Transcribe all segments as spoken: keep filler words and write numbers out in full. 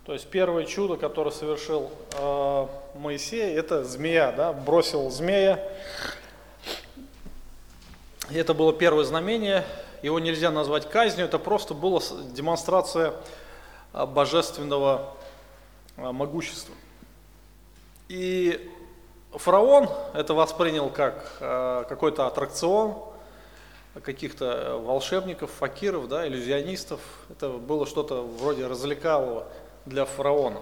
То есть первое чудо, которое совершил э, Моисей, это змея, да, бросил змея. И это было первое знамение, его нельзя назвать казнью, это просто была демонстрация э, божественного э, могущества. И фараон это воспринял как э, какой-то аттракцион каких-то волшебников, факиров, да, иллюзионистов. Это было что-то вроде развлекалого для фараона.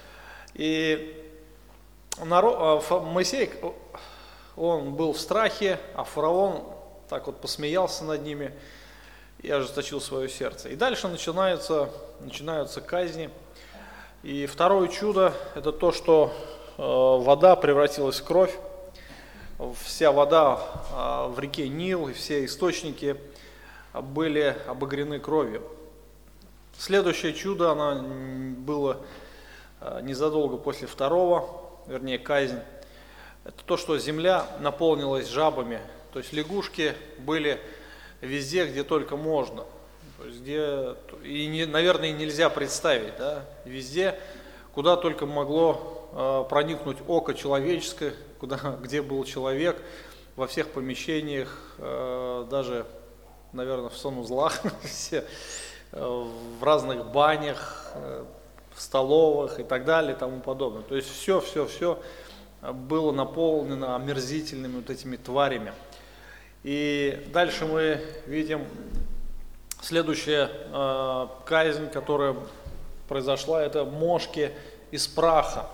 И народ, Моисей, он был в страхе, а фараон так вот посмеялся над ними и ожесточил свое сердце. И дальше начинаются, начинаются казни. И второе чудо – это то, что э, вода превратилась в кровь. Вся вода э, в реке Нил и все источники были обогрены кровью. Следующее чудо, оно было незадолго после второго, вернее казнь. Это то, что земля наполнилась жабами. То есть лягушки были везде, где только можно. То есть где, и, не, наверное, нельзя представить, да, везде, куда только могло э, проникнуть око человеческое, куда, где был человек, во всех помещениях, э, даже, наверное, в санузлах, все. В разных банях, в столовых и так далее и тому подобное. То есть все, все, все было наполнено омерзительными вот этими тварями. И дальше мы видим следующая э, казнь, которая произошла, это мошки из праха.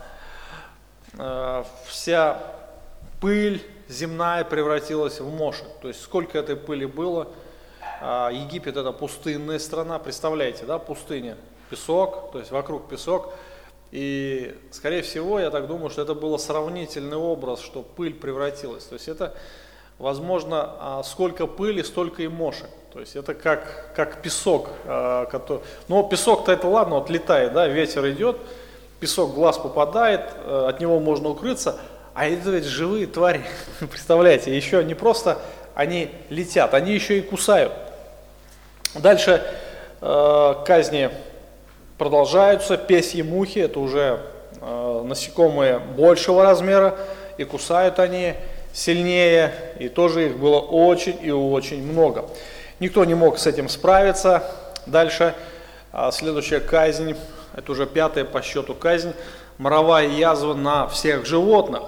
Э, вся пыль земная превратилась в мошек. То есть сколько этой пыли было. Египет это пустынная страна, представляете, да, пустыня, песок, то есть вокруг песок. И, скорее всего, я так думаю, что это был сравнительный образ, что пыль превратилась. То есть это, возможно, сколько пыли, столько и мошек. То есть это как, как песок. Который... Но песок-то это ладно, вот летает, да, ветер идет, песок в глаз попадает, от него можно укрыться. А это ведь живые твари, представляете, еще не просто они летят, они еще и кусают. Дальше э, казни продолжаются, песьи мухи, это уже э, насекомые большего размера, и кусают они сильнее, и тоже их было очень и очень много. Никто не мог с этим справиться. Дальше э, следующая казнь, это уже пятая по счету казнь, моровая язва на всех животных.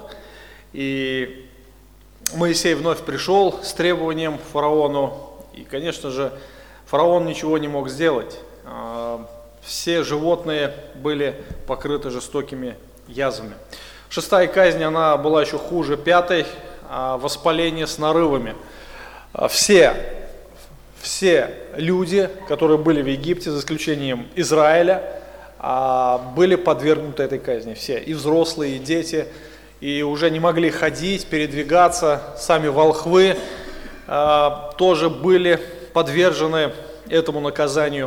И Моисей вновь пришел с требованием к фараону, и, конечно же, фараон ничего не мог сделать. Все животные были покрыты жестокими язвами. Шестая казнь, она была еще хуже пятой, воспаление с нарывами. Все, все люди, которые были в Египте, за исключением Израиля, были подвергнуты этой казни. Все, и взрослые, и дети, и уже не могли ходить, передвигаться. Сами волхвы тоже были подвержены этому наказанию.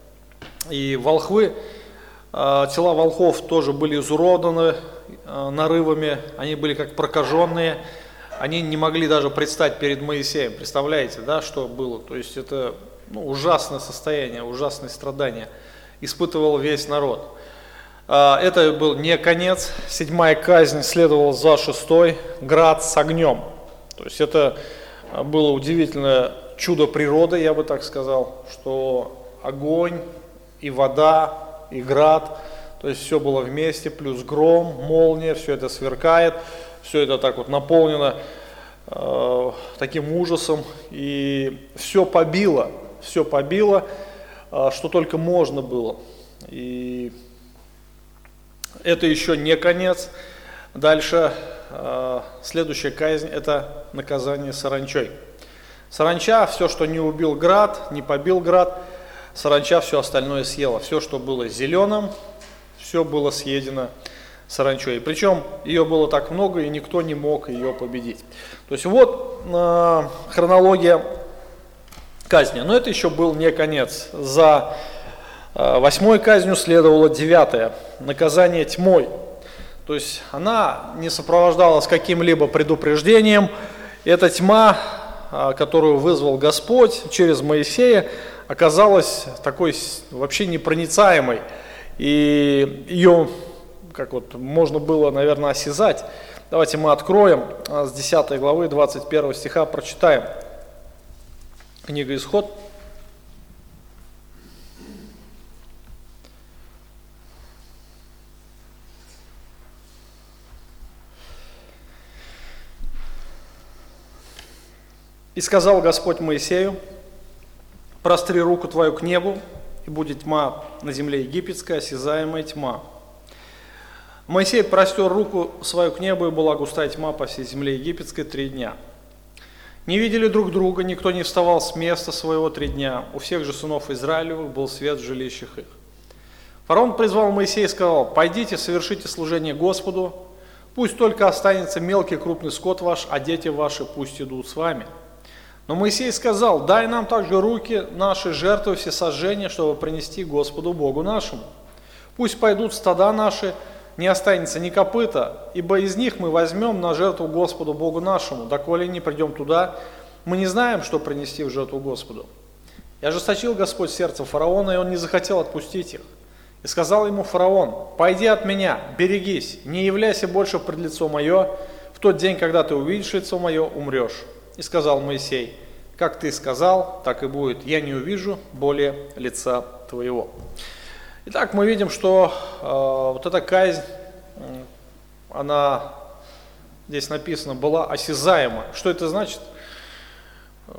И волхвы, тела волхвов тоже были изуродованы нарывами, они были как прокаженные, они не могли даже предстать перед Моисеем. Представляете, да, что было? То есть это ну, ужасное состояние, ужасные страдания испытывал весь народ. Это был не конец, седьмая казнь следовала за шестой, град с огнем. То есть это было удивительное чудо природы, я бы так сказал, что огонь и вода, и град, то есть все было вместе, плюс гром, молния, все это сверкает, все это так вот наполнено э, таким ужасом, и все побило, все побило, э, что только можно было. И это еще не конец. Дальше э, следующая казнь – это наказание саранчой. Саранча, все, что не убил град, не побил град, саранча все остальное съела. Все, что было зеленым, все было съедено саранчой. Причем ее было так много, и никто не мог ее победить. То есть вот э, хронология казни. Но это еще был не конец. За э, восьмой казнью следовало девятое. Наказание тьмой. То есть она не сопровождалась каким-либо предупреждением. Эта тьма, э, которую вызвал Господь через Моисея, оказалась такой вообще непроницаемой. и ее, как вот можно было, наверное, осязать. Давайте мы откроем с десятой главы двадцать первого стиха, прочитаем. Книга Исход. «И сказал Господь Моисею: простри руку твою к небу, и будет тьма на земле египетской, осязаемая тьма. Моисей простер руку свою к небу, и была густая тьма по всей земле египетской три дня. Не видели друг друга, никто не вставал с места своего три дня. У всех же сынов Израилевых был свет в жилищах их. Фараон призвал Моисея и сказал: пойдите, совершите служение Господу, пусть только останется мелкий и крупный скот ваш, а дети ваши пусть идут с вами. Но Моисей сказал: дай нам также руки наши жертвы всесожжения, чтобы принести Господу Богу нашему. Пусть пойдут стада наши, не останется ни копыта, ибо из них мы возьмем на жертву Господу Богу нашему, доколе не придем туда, мы не знаем, что принести в жертву Господу. И ожесточил Господь сердце фараона, и он не захотел отпустить их. И сказал ему фараон: пойди от меня, берегись, не являйся больше пред лицо мое, в тот день, когда ты увидишь лицо мое, умрешь. И сказал Моисей: как ты сказал, так и будет, я не увижу более лица твоего. Итак, мы видим, что э, вот эта казнь, э, она, здесь написано, была осязаема. Что это значит? Э,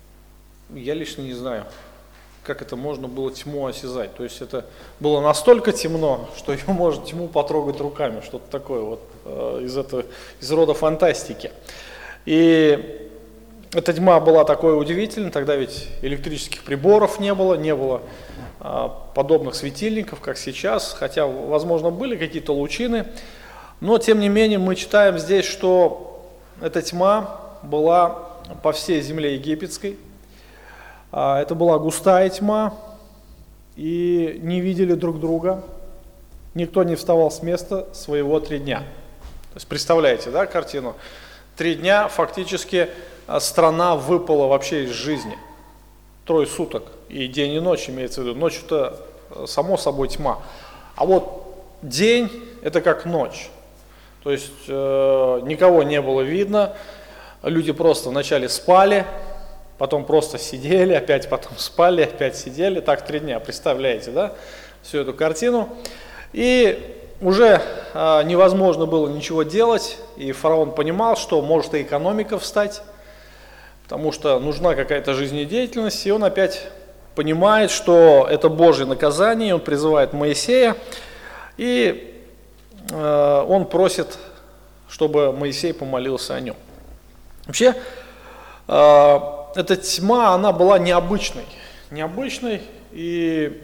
я лично не знаю, как это можно было тьму осязать. То есть это было настолько темно, что ее можно тьму потрогать руками, что-то такое вот э, из, этого, из рода фантастики. И эта тьма была такой удивительной, тогда ведь электрических приборов не было, не было а, подобных светильников, как сейчас, хотя, возможно, были какие-то лучины, но, тем не менее, мы читаем здесь, что эта тьма была по всей земле египетской, а, это была густая тьма, и не видели друг друга, никто не вставал с места своего три дня. То есть, представляете, да, картину? Три дня фактически страна выпала вообще из жизни. Трое суток, и день и ночь имеется в виду. Ночь-то само собой тьма. А вот день это как ночь. То есть э, никого не было видно, люди просто вначале спали, потом просто сидели, опять потом спали, опять сидели. Так три дня, представляете, да, всю эту картину. И уже э, невозможно было ничего делать, и фараон понимал, что может и экономика встать, потому что нужна какая-то жизнедеятельность, и он опять понимает, что это Божье наказание, он призывает Моисея, и э, он просит, чтобы Моисей помолился о нем. Вообще, э, эта тьма, она была необычной, необычной, и,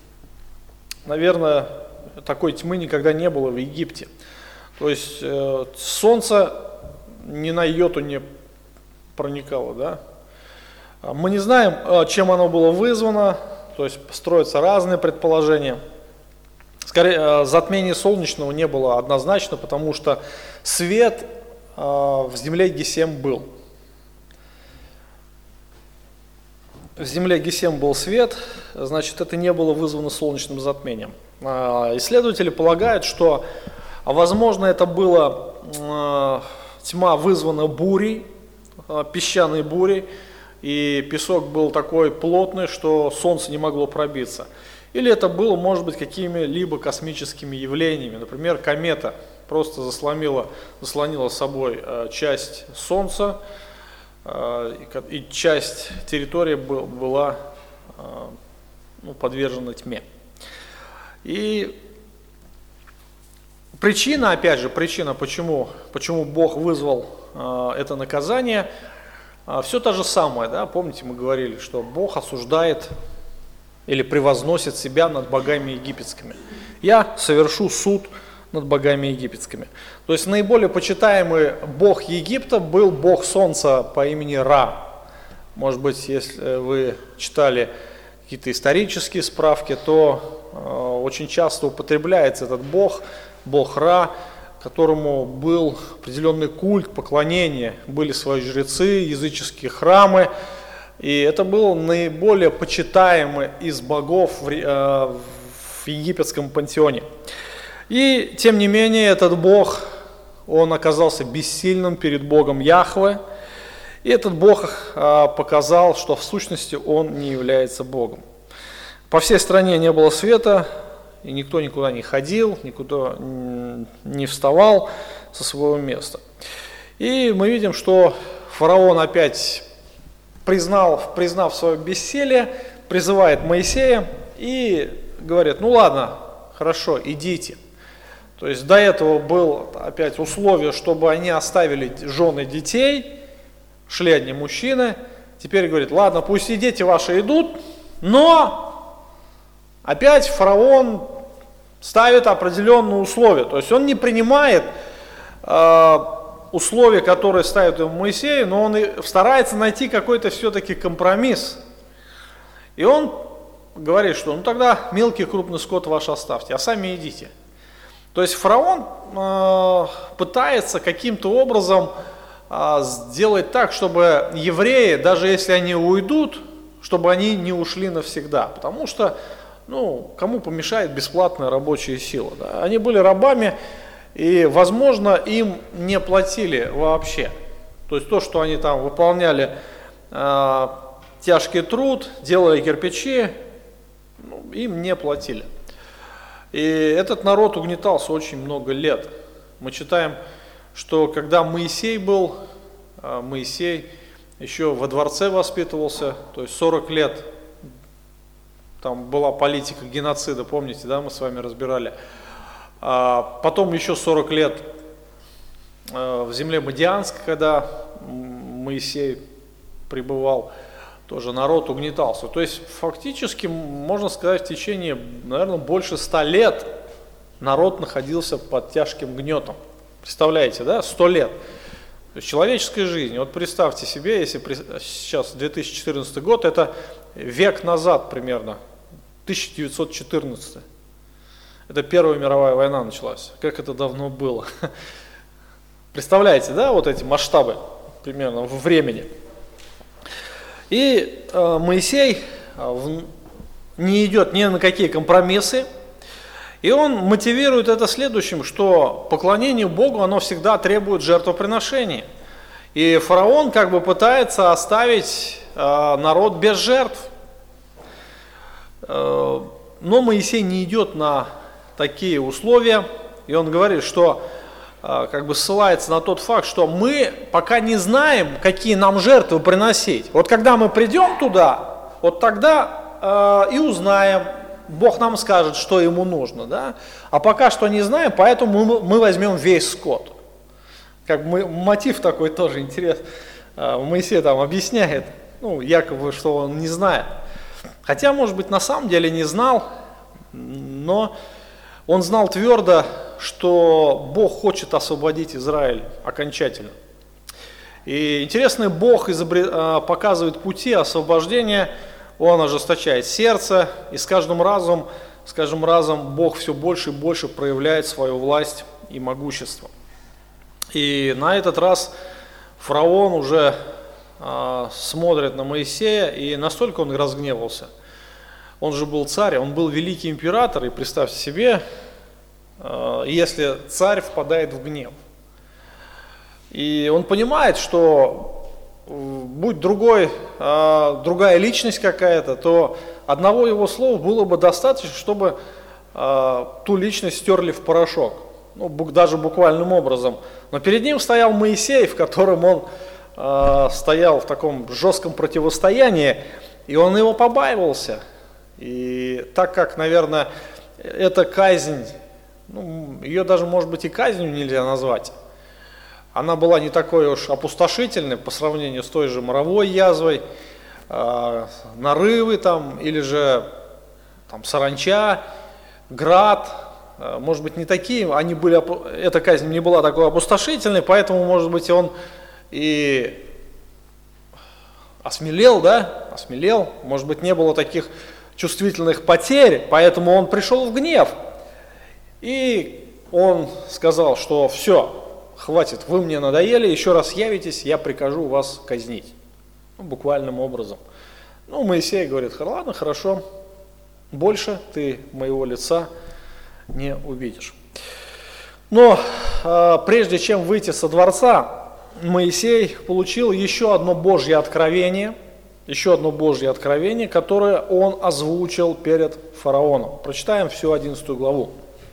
наверное, такой тьмы никогда не было в Египте. То есть э, солнце ни на йоту не проникало, да? Мы не знаем, чем оно было вызвано, то есть строятся разные предположения. Скорее, затмение солнечного не было однозначно, потому что свет в земле Гесем был. В земле Гесем был свет, значит, это не было вызвано солнечным затмением. Исследователи полагают, что, возможно, это была тьма, вызвана бурей, песчаной бурей, и песок был такой плотный, что солнце не могло пробиться. Или это было, может быть, какими-либо космическими явлениями. Например, комета просто заслонила, заслонила собой часть солнца, и часть территории была, ну, подвержена тьме. И причина, опять же, причина, почему, почему Бог вызвал это наказание, все то же самое, да? Помните, мы говорили, что Бог осуждает или превозносит себя над богами египетскими. Я совершу суд над богами египетскими. То есть наиболее почитаемый бог Египта был бог солнца по имени Ра. Может быть, если вы читали какие-то исторические справки, то э, очень часто употребляется этот бог, бог Ра, которому был определенный культ, поклонение, были свои жрецы, языческие храмы, и это был наиболее почитаемый из богов в, э, в египетском пантеоне. И тем не менее этот Бог, он оказался бессильным перед Богом Яхве. И этот Бог а, показал, что в сущности он не является Богом. По всей стране не было света, и никто никуда не ходил, никуда не вставал со своего места. И мы видим, что фараон опять, признал, признав свое бессилие, призывает Моисея и говорит: ну ладно, хорошо, идите. То есть до этого было опять условие, чтобы они оставили жены детей, шли одни мужчины. Теперь говорит: ладно, пусть и дети ваши идут, но опять фараон ставит определенные условия. То есть он не принимает э, условия, которые ставит ему Моисей, но он и старается найти какой-то все-таки компромисс. И он говорит, что ну тогда мелкий и крупный скот ваш оставьте, а сами идите. То есть фараон э, пытается каким-то образом э, сделать так, чтобы евреи, даже если они уйдут, чтобы они не ушли навсегда. Потому что, ну, кому помешает бесплатная рабочая сила? Да? Они были рабами, и, возможно, им не платили вообще. То есть то, что они там выполняли э, тяжкий труд, делали кирпичи, ну, им не платили. И этот народ угнетался очень много лет. Мы читаем, что когда Моисей был, Моисей еще во дворце воспитывался, то есть сорок лет там была политика геноцида, помните, да, мы с вами разбирали. А потом еще сорок лет в земле Мадианской, когда Моисей пребывал, тоже народ угнетался. То есть фактически, можно сказать, в течение, наверное, больше ста лет народ находился под тяжким гнетом. Представляете, да, сто лет. То есть человеческая жизнь. Вот представьте себе, если сейчас две тысячи четырнадцатый год, это век назад примерно, тысяча девятьсот четырнадцатый. Это Первая мировая война началась. Как это давно было. Представляете, да, вот эти масштабы примерно в времени. И э, Моисей э, не идет ни на какие компромиссы, и он мотивирует это следующим, что поклонение Богу, оно всегда требует жертвоприношения. И фараон как бы пытается оставить э, народ без жертв. Э, но Моисей не идет на такие условия, и он говорит, что как бы ссылается на тот факт, что мы пока не знаем, какие нам жертвы приносить. Вот когда мы придем туда, вот тогда э, и узнаем, Бог нам скажет, что ему нужно. Да? А пока что не знаем, поэтому мы, мы возьмем весь скот. Как бы мотив такой тоже интересный. Э, Моисей там объясняет, ну, якобы, что он не знает. Хотя, может быть, на самом деле не знал, но он знал твердо, что Бог хочет освободить Израиль окончательно. И интересный Бог изобрет, показывает пути освобождения, Он ожесточает сердце, и с каждым разом, с каждым разом Бог все больше и больше проявляет свою власть и могущество. И на этот раз фараон уже а, смотрит на Моисея, и настолько он разгневался. Он же был царь, он был великий император, и представьте себе, если царь впадает в гнев. И он понимает, что будь другой, другая личность какая-то, то одного его слова было бы достаточно, чтобы ту личность стерли в порошок. Ну, даже буквальным образом. Но перед ним стоял Моисей, в котором он стоял в таком жестком противостоянии, и он его побаивался. И так как, наверное, эта казнь, ну, ее даже, может быть, и казнью нельзя назвать. Она была не такой уж опустошительной по сравнению с той же моровой язвой, э, нарывы там, или же там, саранча, град. Э, может быть, не такие, они были, эта казнь не была такой опустошительной, поэтому, может быть, он и осмелел, да, осмелел, может быть, не было таких чувствительных потерь, поэтому он пришел в гнев. И он сказал, что все, хватит, вы мне надоели, еще раз явитесь, я прикажу вас казнить. Ну, буквальным образом. Ну, Моисей говорит, ладно, хорошо. больше ты моего лица не увидишь. Но э, прежде чем выйти со дворца, Моисей получил еще одно Божье откровение, еще одно Божье откровение, которое он озвучил перед фараоном. Прочитаем всю одиннадцатую главу.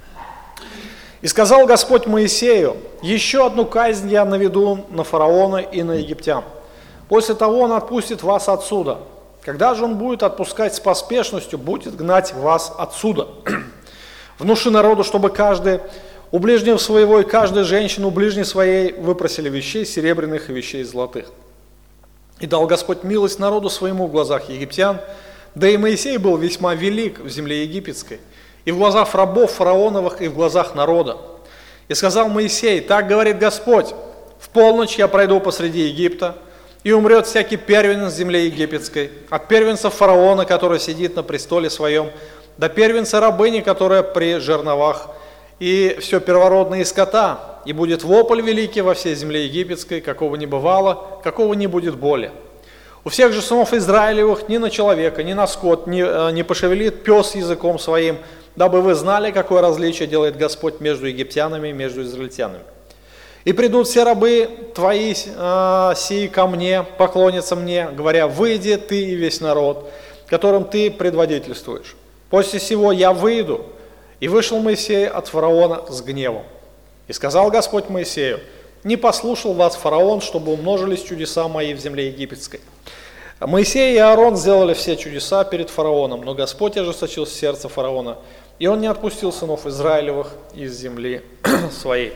«И сказал Господь Моисею: еще одну казнь я наведу на фараона и на египтян. После того он отпустит вас отсюда. Когда же он будет отпускать с поспешностью, будет гнать вас отсюда. Внуши народу, чтобы каждый у ближнего своего и каждая женщина у ближней своей выпросили вещей серебряных и вещей золотых. И дал Господь милость народу своему в глазах египтян, да и Моисей был весьма велик в земле египетской, и в глазах рабов фараоновых, и в глазах народа. И сказал Моисей: так говорит Господь, в полночь я пройду посреди Египта, и умрет всякий первенец земли египетской, от первенца фараона, который сидит на престоле своем, до первенца рабыни, которая при жерновах, и все первородное из скота, и будет вопль великий во всей земле египетской, какого не бывало, какого не будет боли. У всех же сынов Израилевых ни на человека, ни на скот не, не пошевелит пес языком своим, дабы вы знали, какое различие делает Господь между египтянами и между израильтянами. И придут все рабы твои э, сии ко мне, поклонятся мне, говоря: выйди ты и весь народ, которым ты предводительствуешь. После сего я выйду. И вышел Моисей от фараона с гневом. И сказал Господь Моисею: не послушал вас фараон, чтобы умножились чудеса мои в земле египетской. Моисей и Аарон сделали все чудеса перед фараоном, но Господь ожесточил сердце фараона, и он не отпустил сынов Израилевых из земли своей.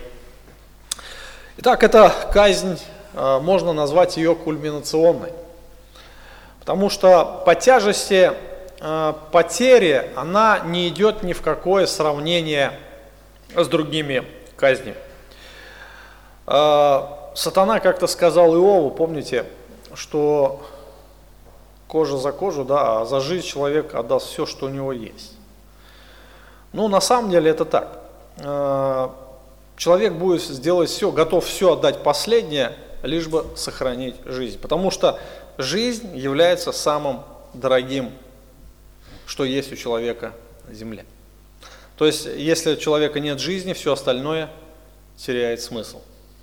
Итак, эта казнь, можно назвать ее кульминационной, потому что по тяжести потери она не идет ни в какое сравнение с другими казнями. Сатана как-то сказал Иову, помните, что кожа за кожу, да, а за жизнь человек отдаст все, что у него есть. Ну, на самом деле это так. Человек будет сделать все, готов все отдать последнее, лишь бы сохранить жизнь. Потому что жизнь является самым дорогим, что есть у человека на земле. То есть, если у человека нет жизни, все остальное теряет смысл.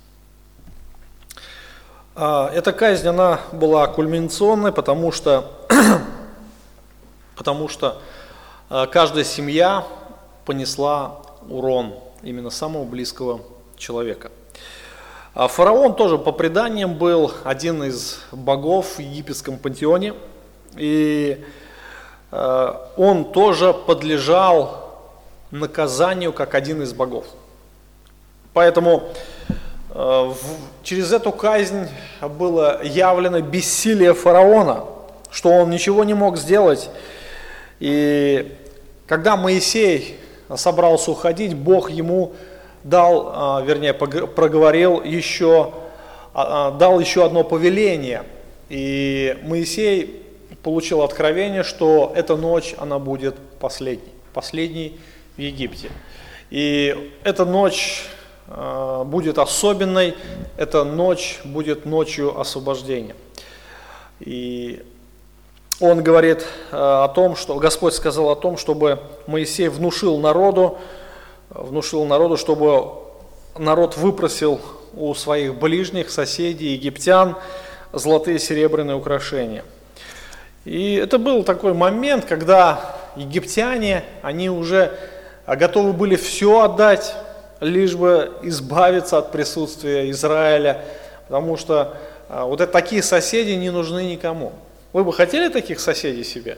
Эта казнь, она была кульминационной, потому что, потому что каждая семья понесла урон именно самого близкого человека. Фараон тоже, по преданиям, был один из богов в египетском пантеоне, и он тоже подлежал наказанию как один из богов. Поэтому через эту казнь было явлено бессилие фараона, что он ничего не мог сделать. И когда Моисей собрался уходить, Бог ему дал, вернее, проговорил еще, дал еще одно повеление. И Моисей получил откровение, что эта ночь, она будет последней, последней в Египте. И эта ночь будет особенной, эта ночь будет ночью освобождения. И он говорит о том, что Господь сказал о том, чтобы Моисей внушил народу, внушил народу, чтобы народ выпросил у своих ближних, соседей, египтян золотые и серебряные украшения. И это был такой момент, когда египтяне, они уже готовы были все отдать, лишь бы избавиться от присутствия Израиля, потому что вот это, такие соседи не нужны никому. Вы бы хотели таких соседей себе?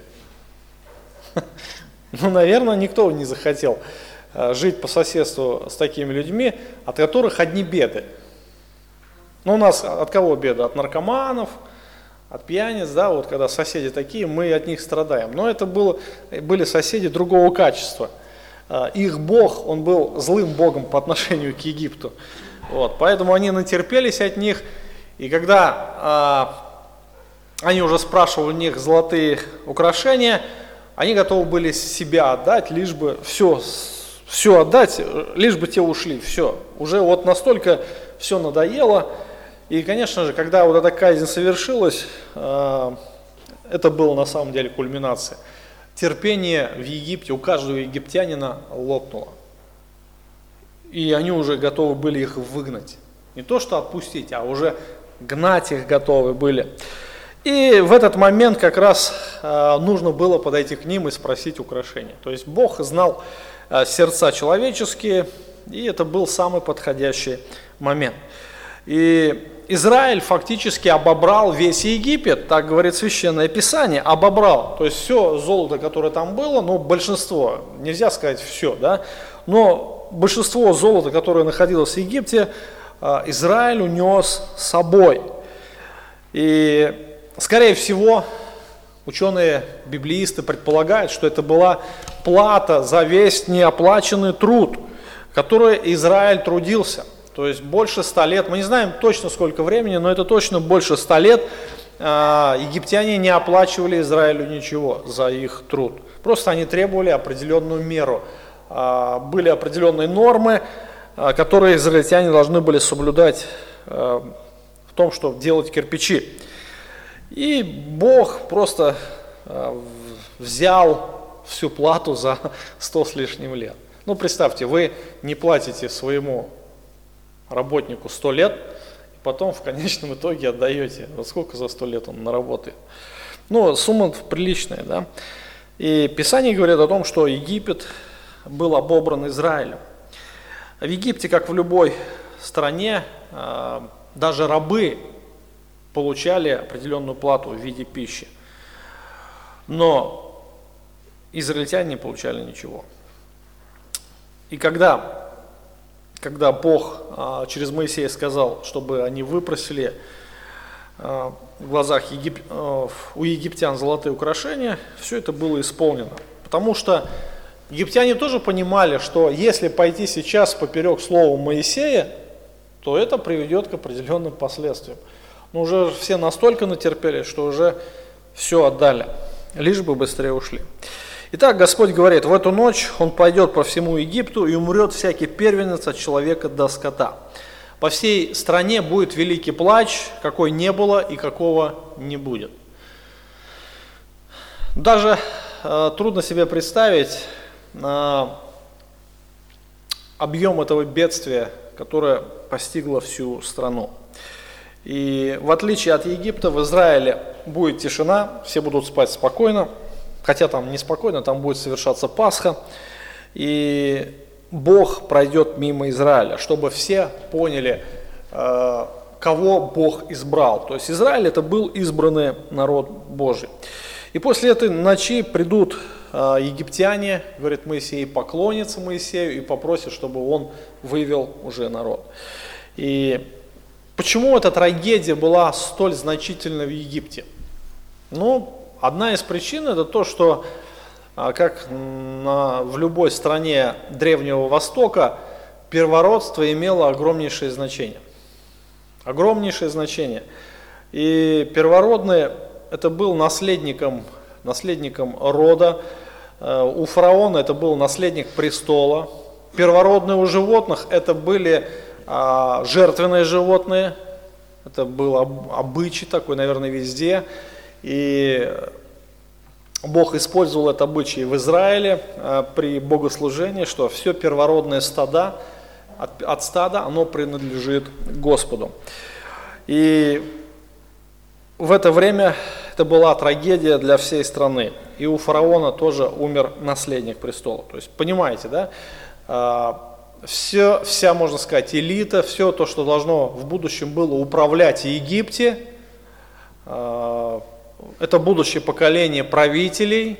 Ну, наверное, никто не захотел жить по соседству с такими людьми, от которых одни беды. Ну, у нас от кого беда? От наркоманов, от пьяниц, да, вот когда соседи такие, мы от них страдаем. Но это было, были соседи другого качества. Их Бог, он был злым Богом по отношению к Египту. Вот, поэтому они натерпелись от них, и когда а, они уже спрашивали у них золотые украшения, они готовы были себя отдать, лишь бы все, все отдать, лишь бы те ушли, все. Уже вот настолько все надоело. И, конечно же, когда вот эта казнь совершилась, а, это было на самом деле кульминация. терпение в Египте у каждого египтянина лопнуло. И они уже готовы были их выгнать. Не то что отпустить, а уже гнать их готовы были. И в этот момент как раз э, нужно было подойти к ним и спросить украшения. То есть Бог знал э, сердца человеческие, и это был самый подходящий момент. И Израиль фактически обобрал весь Египет, так говорит Священное Писание, обобрал. То есть все золото, которое там было, ну большинство, нельзя сказать все, да, но большинство золота, которое находилось в Египте, э, Израиль унес с собой. И скорее всего, ученые-библеисты предполагают, что это была плата за весь неоплаченный труд, который Израиль трудился. То есть больше ста лет, мы не знаем точно сколько времени, но это точно больше ста лет э, египтяне не оплачивали Израилю ничего за их труд. Просто они требовали определенную меру. Э, были определенные нормы, э, которые израильтяне должны были соблюдать э, в том, что делать кирпичи. И Бог просто э, взял всю плату за сто с лишним лет. Ну, представьте, вы не платите своему работнику сто лет, и потом в конечном итоге отдаете. Вот сколько за сто лет он наработает? Ну, сумма приличная, да? И Писание говорит о том, что Египет был обобран Израилем. В Египте, как в любой стране, э, даже рабы получали определенную плату в виде пищи. Но израильтяне не получали ничего. И когда, когда Бог а, через Моисея сказал, чтобы они выпросили а, в глазах Егип... а, у египтян золотые украшения, все это было исполнено. Потому что египтяне тоже понимали, что если пойти сейчас поперек слова Моисея, то это приведет к определенным последствиям. Но уже все настолько натерпелись, что уже все отдали, лишь бы быстрее ушли. Итак, Господь говорит, в эту ночь Он пойдет по всему Египту, и умрет всякий первенец от человека до скота. По всей стране будет великий плач, какой не было и какого не будет. Даже э, трудно себе представить э, объем этого бедствия, которое постигло всю страну. И в отличие от Египта, в Израиле будет тишина, все будут спать спокойно, хотя там неспокойно, там будет совершаться Пасха, и Бог пройдет мимо Израиля, чтобы все поняли, кого Бог избрал. То есть Израиль это был избранный народ Божий. И после этой ночи придут египтяне, говорит Моисей, поклонятся Моисею и попросят, чтобы он вывел уже народ. И почему эта трагедия была столь значительна в Египте? Ну, одна из причин это то, что, как на, в любой стране Древнего Востока, первородство имело огромнейшее значение. Огромнейшее значение. И первородный это был наследником, наследником рода. У фараона это был наследник престола. Первородные у животных это были а, жертвенные животные. Это был обычай такой, наверное, везде. И Бог использовал этот обычай в Израиле а, при богослужении, что все первородное стада, от, от стада, оно принадлежит Господу. И в это время это была трагедия для всей страны. И у фараона тоже умер наследник престола. То есть, понимаете, да? А, все, вся, можно сказать, элита, все то, что должно в будущем было управлять Египте, а, это будущее поколение правителей,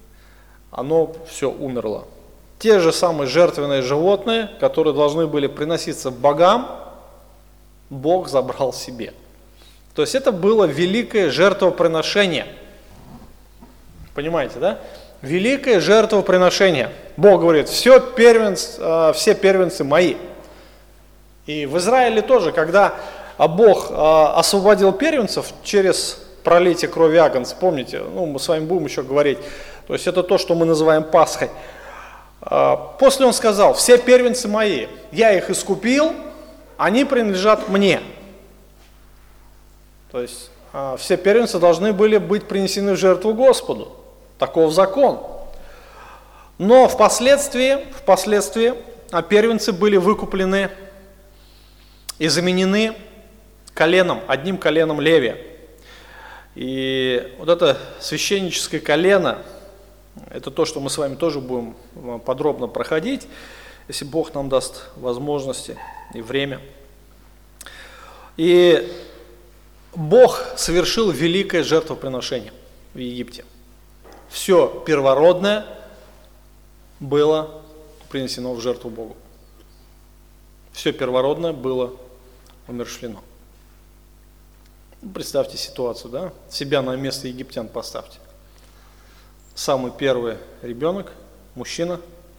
оно все умерло. Те же самые жертвенные животные, которые должны были приноситься богам, Бог забрал себе. То есть это было великое жертвоприношение. Понимаете, да? Великое жертвоприношение. Бог говорит, все, первенц, все первенцы мои. И в Израиле тоже, когда Бог освободил первенцев через пролитие крови агнца, помните, ну, мы с вами будем еще говорить, то есть это то, что мы называем Пасхой. После он сказал, все первенцы мои, я их искупил, они принадлежат мне. То есть все первенцы должны были быть принесены в жертву Господу. Таков закон. Но впоследствии, впоследствии первенцы были выкуплены и заменены коленом, одним коленом Левия. И вот это священническое колено, это то, что мы с вами тоже будем подробно проходить, если Бог нам даст возможности и время. И Бог совершил великое жертвоприношение в Египте. Все первородное было принесено в жертву Богу. Все первородное было умерщвлено. Представьте ситуацию, да? Себя на место египтян поставьте. Самый первый ребенок, мужчина,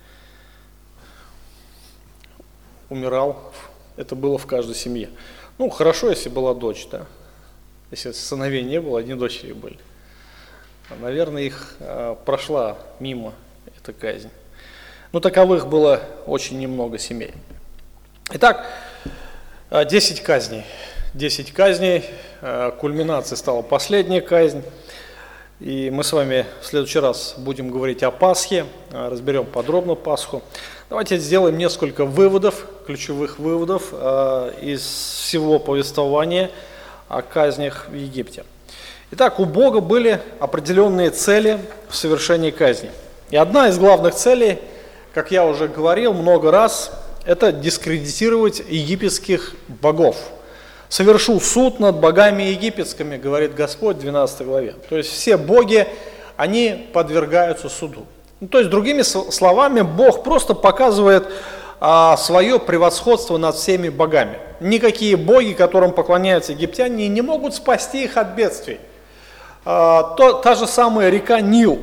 умирал. Это было в каждой семье. Ну, хорошо, если была дочь, да? Если сыновей не было, одни дочери были. Наверное, их а, прошла мимо эта казнь. Но таковых было очень немного семей. Итак, десять казней. десять казней, кульминацией стала последняя казнь. И мы с вами в следующий раз будем говорить о Пасхе, разберем подробно Пасху. Давайте сделаем несколько выводов, ключевых выводов из всего повествования о казнях в Египте. Итак, у Бога были определенные цели в совершении казни. И одна из главных целей, как я уже говорил много раз, это дискредитировать египетских богов. «Совершу суд над богами египетскими», говорит Господь в двенадцатой главе. То есть все боги, они подвергаются суду. Ну, то есть, другими словами, Бог просто показывает а, свое превосходство над всеми богами. Никакие боги, которым поклоняются египтяне, не могут спасти их от бедствий. А, то, та же самая река Нил,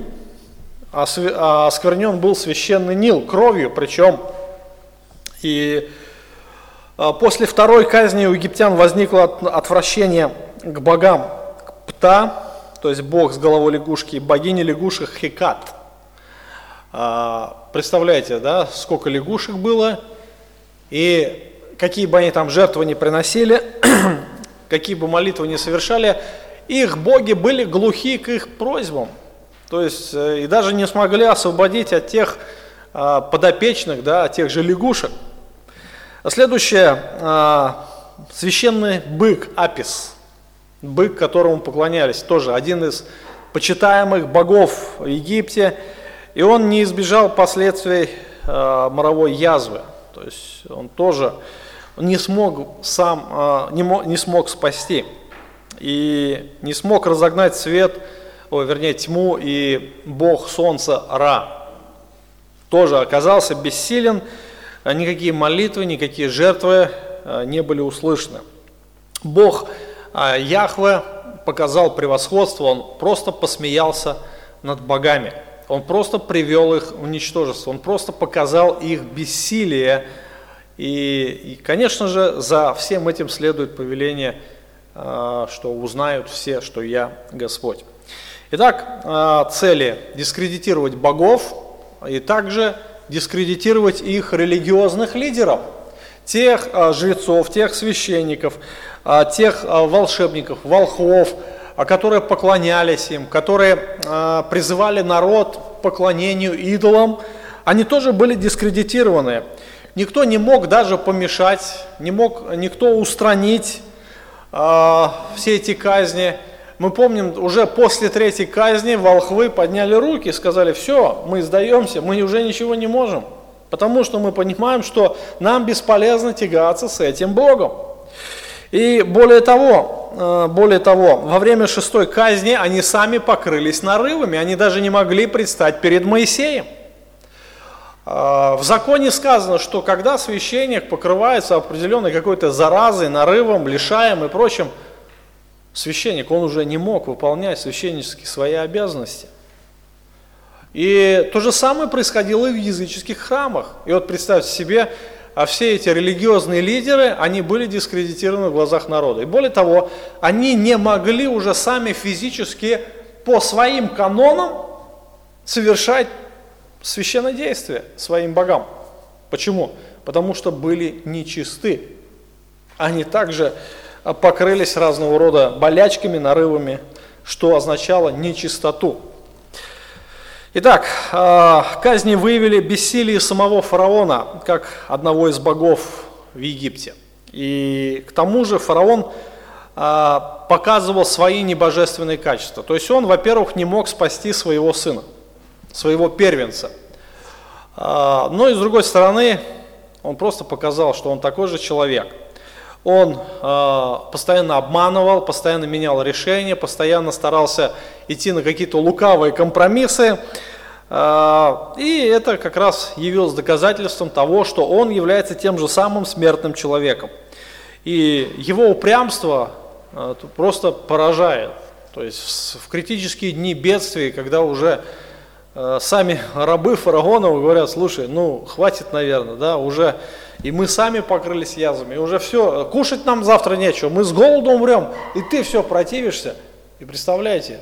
осквернен был священный Нил кровью, причем и после второй казни у египтян возникло отвращение к богам Пта, то есть бог с головой лягушки, и богиня лягушек Хекат. Представляете, да, сколько лягушек было, и какие бы они там жертвы ни приносили, какие бы молитвы ни совершали, их боги были глухи к их просьбам. То есть и даже не смогли освободить от тех подопечных, да, от тех же лягушек. Следующее, священный бык Апис, бык, которому поклонялись, тоже один из почитаемых богов в Египте, и он не избежал последствий моровой язвы, то есть он тоже не смог сам, не мог, не смог спасти, и не смог разогнать свет, о, вернее тьму, и бог солнца Ра тоже оказался бессилен. Никакие молитвы, никакие жертвы не были услышаны. Бог Яхве показал превосходство, Он просто посмеялся над богами. Он просто привел их в ничтожество, Он просто показал их бессилие. И, и конечно же, за всем этим следует повеление, что узнают все, что Я Господь. Итак, цели – дискредитировать богов и также дискредитировать их религиозных лидеров, тех а, жрецов, тех священников, а, тех а, волшебников, волхвов, а, которые поклонялись им, которые а, призывали народ к поклонению идолам. Они тоже были дискредитированы. Никто не мог даже помешать, не мог никто устранить а, все эти казни. Мы помним, уже после третьей казни волхвы подняли руки и сказали: все, мы сдаемся, мы уже ничего не можем, потому что мы понимаем, что нам бесполезно тягаться с этим Богом. И более того, более того, во время шестой казни они сами покрылись нарывами, они даже не могли предстать перед Моисеем. В законе сказано, что когда священник покрывается определенной какой-то заразой, нарывом, лишаем и прочим, священник, он уже не мог выполнять священнические свои обязанности. И то же самое происходило и в языческих храмах. И вот представьте себе, а все эти религиозные лидеры, они были дискредитированы в глазах народа. И более того, они не могли уже сами физически по своим канонам совершать священнодействие своим богам. Почему? Потому что были нечисты. Они также покрылись разного рода болячками, нарывами, что означало нечистоту. Итак, казни выявили бессилие самого фараона, как одного из богов в Египте. И к тому же фараон показывал свои небожественные качества. То есть он, во-первых, не мог спасти своего сына, своего первенца. Но и с другой стороны, он просто показал, что он такой же человек. Он э, постоянно обманывал, постоянно менял решения, постоянно старался идти на какие-то лукавые компромиссы. Э, и это как раз явилось доказательством того, что он является тем же самым смертным человеком. И его упрямство э, просто поражает. То есть в, в критические дни бедствий, когда уже э, сами рабы фараона говорят: слушай, ну хватит, наверное, да, уже... И мы сами покрылись язвами, и уже все, кушать нам завтра нечего, мы с голоду умрем, и ты все противишься. И представляете,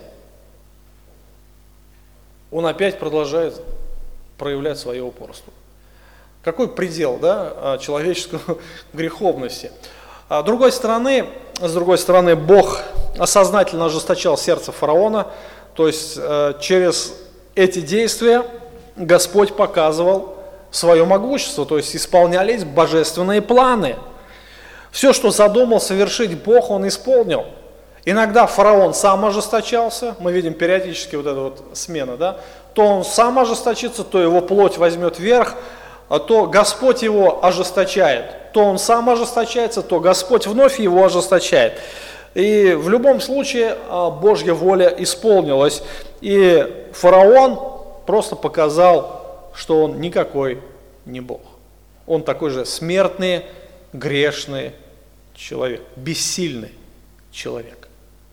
он опять продолжает проявлять свое упорство. Какой предел, да, человеческой греховности. А с другой стороны, с другой стороны, Бог осознательно ожесточал сердце фараона, то есть через эти действия Господь показывал свое могущество, то есть исполнялись божественные планы. Все, что задумал совершить Бог, он исполнил. Иногда фараон сам ожесточался, мы видим периодически вот эта вот смена, да? То он сам ожесточится, то его плоть возьмет верх, а то Господь его ожесточает. То он сам ожесточается, то Господь вновь его ожесточает. И в любом случае Божья воля исполнилась, и фараон просто показал, что он никакой не Бог. Он такой же смертный, грешный человек, бессильный человек.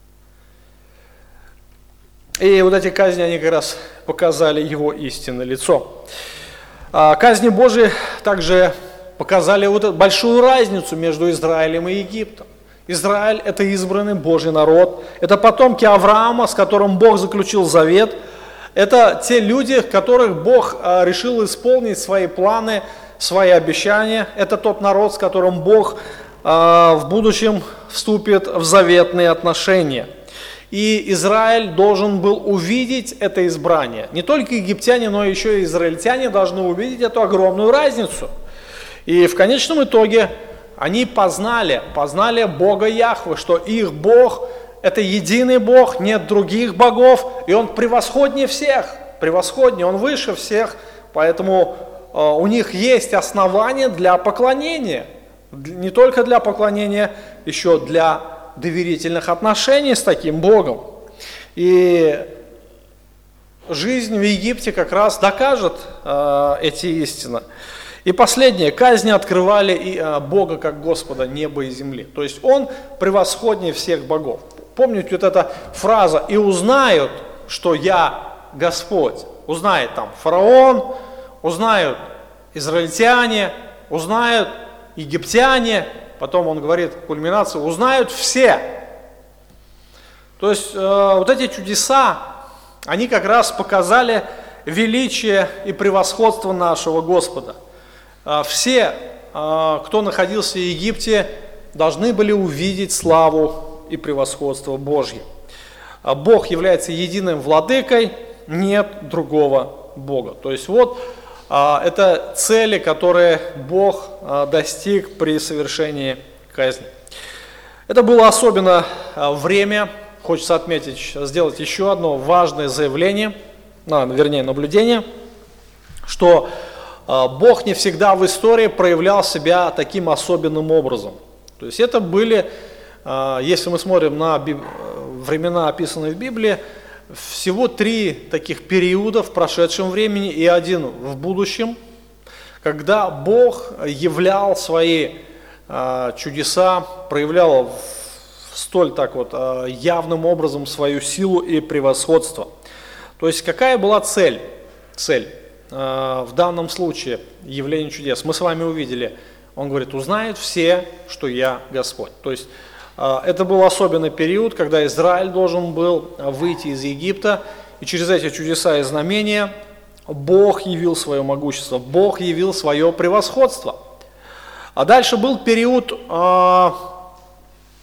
И вот эти казни, они как раз показали его истинное лицо. А казни Божьи также показали вот эту большую разницу между Израилем и Египтом. Израиль – это избранный Божий народ, это потомки Авраама, с которым Бог заключил завет. Это те люди, которых Бог решил исполнить свои планы, свои обещания. Это тот народ, с которым Бог в будущем вступит в заветные отношения. И Израиль должен был увидеть это избрание. Не только египтяне, но еще и израильтяне должны увидеть эту огромную разницу. И в конечном итоге они познали, познали Бога Яхве, что их Бог – это единый Бог, нет других богов, и Он превосходнее всех, превосходнее, Он выше всех, поэтому э, у них есть основания для поклонения, не только для поклонения, еще для доверительных отношений с таким Богом. И жизнь в Египте как раз докажет э, эти истины. И последнее, казни открывали и, э, Бога как Господа неба и земли, то есть Он превосходнее всех богов. Помните вот эта фраза: «И узнают, что я Господь». Узнает там фараон, узнают израильтяне, узнают египтяне, потом он говорит кульминацию, узнают все. То есть э, вот эти чудеса, они как раз показали величие и превосходство нашего Господа. Э, все, э, кто находился в Египте, должны были увидеть славу и превосходство Божье. Бог является единым владыкой, нет другого Бога. То есть вот а, это цели, которые Бог а, достиг при совершении казни. Это было особенно а, время, хочется отметить, сделать еще одно важное заявление, а, вернее наблюдение, что а, Бог не всегда в истории проявлял себя таким особенным образом. То есть это были... Если мы смотрим на времена, описанные в Библии, всего три таких периода в прошедшем времени и один в будущем, когда Бог являл свои чудеса, проявлял столь так вот явным образом свою силу и превосходство. То есть какая была цель? Цель в данном случае явления чудес. Мы с вами увидели, он говорит, узнают все, что я Господь. То есть это был особенный период, когда Израиль должен был выйти из Египта, и через эти чудеса и знамения Бог явил свое могущество, Бог явил свое превосходство. А дальше был период э,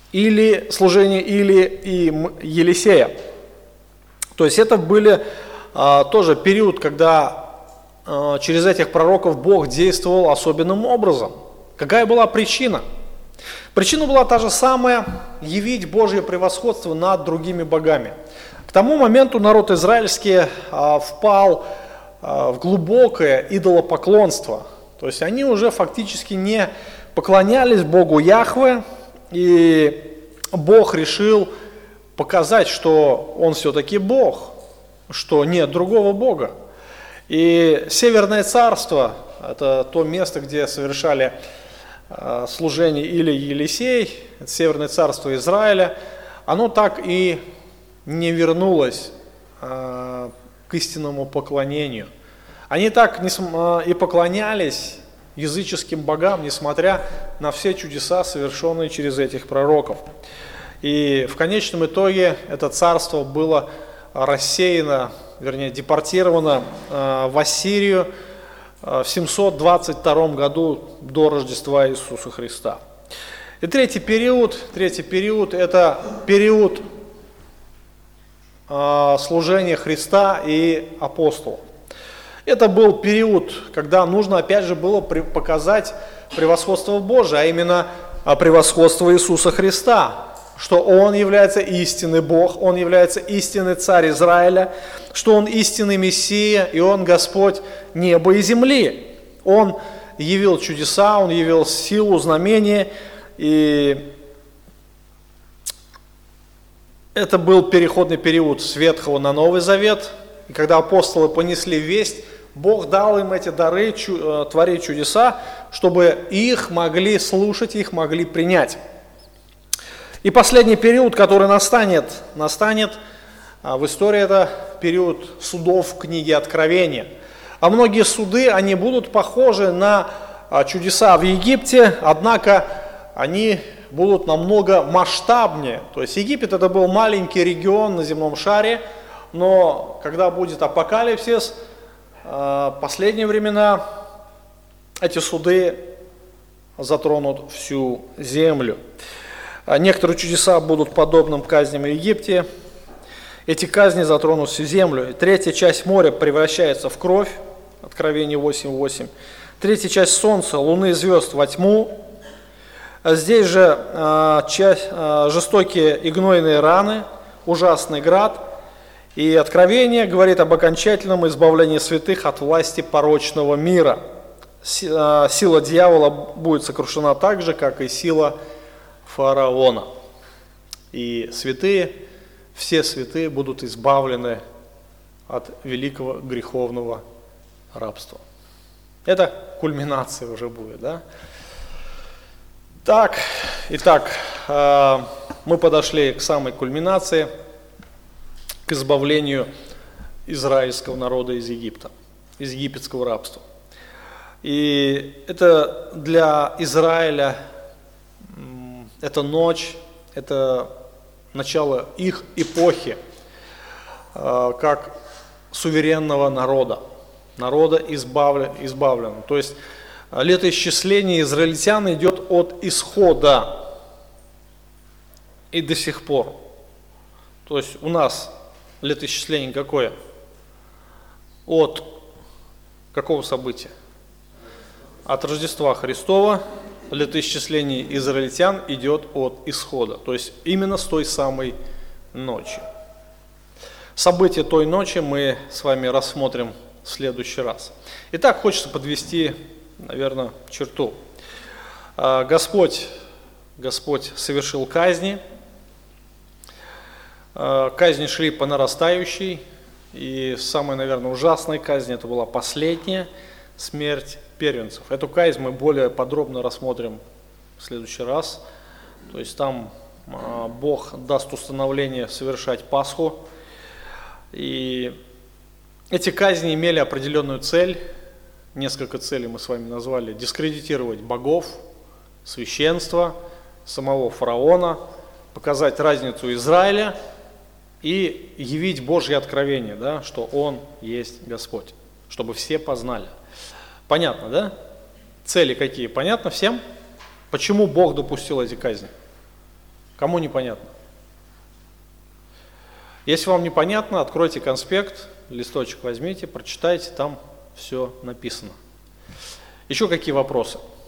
или служения Или и Елисея. То есть это были а, тоже период, когда а, через этих пророков Бог действовал особенным образом. Какая была причина? Причина была та же самая – явить Божье превосходство над другими богами. К тому моменту народ израильский а, впал а, в глубокое идолопоклонство. То есть они уже фактически не поклонялись Богу Яхве, и Бог решил показать, что Он все-таки Бог, что нет другого Бога. И Северное Царство – это то место, где совершали служение Илия и Елисей, это Северное Царство Израиля, оно так и не вернулось к истинному поклонению. Они так и поклонялись языческим богам, несмотря на все чудеса, совершенные через этих пророков. И в конечном итоге это царство было рассеяно, вернее, депортировано в Ассирию в семьсот двадцать втором году до Рождества Иисуса Христа. И третий период, третий период – это период служения Христа и апостолов. Это был период, когда нужно опять же было показать превосходство Божие, а именно превосходство Иисуса Христа, что Он является истинный Бог, Он является истинный Царь Израиля, что Он истинный Мессия, и Он Господь неба и земли. Он явил чудеса, Он явил силу, знамения, и это был переходный период с Ветхого на Новый Завет. И когда апостолы понесли весть, Бог дал им эти дары, чу, творить чудеса, чтобы их могли слушать, их могли принять. И последний период, который настанет, настанет в истории, это период судов в книге Откровения. А многие суды, они будут похожи на чудеса в Египте, однако они будут намного масштабнее. То есть Египет это был маленький регион на земном шаре, но когда будет апокалипсис, последние времена, эти суды затронут всю землю. Некоторые чудеса будут подобным казням в Египте. Эти казни затронут всю землю. И третья часть моря превращается в кровь, Откровение восемь восемь. Третья часть солнца, луны и звезд во тьму. Здесь же э, часть, э, жестокие и гнойные раны, ужасный град. И Откровение говорит об окончательном избавлении святых от власти порочного мира. Сила дьявола будет сокрушена так же, как и сила фараона. И святые, все святые будут избавлены от великого греховного рабства. Это кульминация уже будет, да? Так, итак, мы подошли к самой кульминации, к избавлению израильского народа из Египта, из египетского рабства. И это для Израиля, это ночь, это начало их эпохи, как суверенного народа, народа избавлен, избавленного. То есть летоисчисление израильтян идет от исхода и до сих пор. То есть у нас летоисчисление какое? От какого события? От Рождества Христова летоисчисление израильтян идет от исхода, то есть именно с той самой ночи. События той ночи мы с вами рассмотрим в следующий раз. Итак, хочется подвести, наверное, черту. Господь, Господь совершил казни. Казни шли по нарастающей, и самая, наверное, ужасная казнь, это была последняя смерть первенцев. Эту казнь мы более подробно рассмотрим в следующий раз. То есть там Бог даст установление совершать Пасху. И эти казни имели определенную цель, несколько целей мы с вами назвали: дискредитировать богов, священство, самого фараона, показать разницу Израиля и явить Божье откровение, да, что Он есть Господь, чтобы все познали. Понятно, да? Цели какие? Понятно всем? Почему Бог допустил эти казни? Кому непонятно? Если вам непонятно, откройте конспект, листочек возьмите, прочитайте, там все написано. Еще какие вопросы?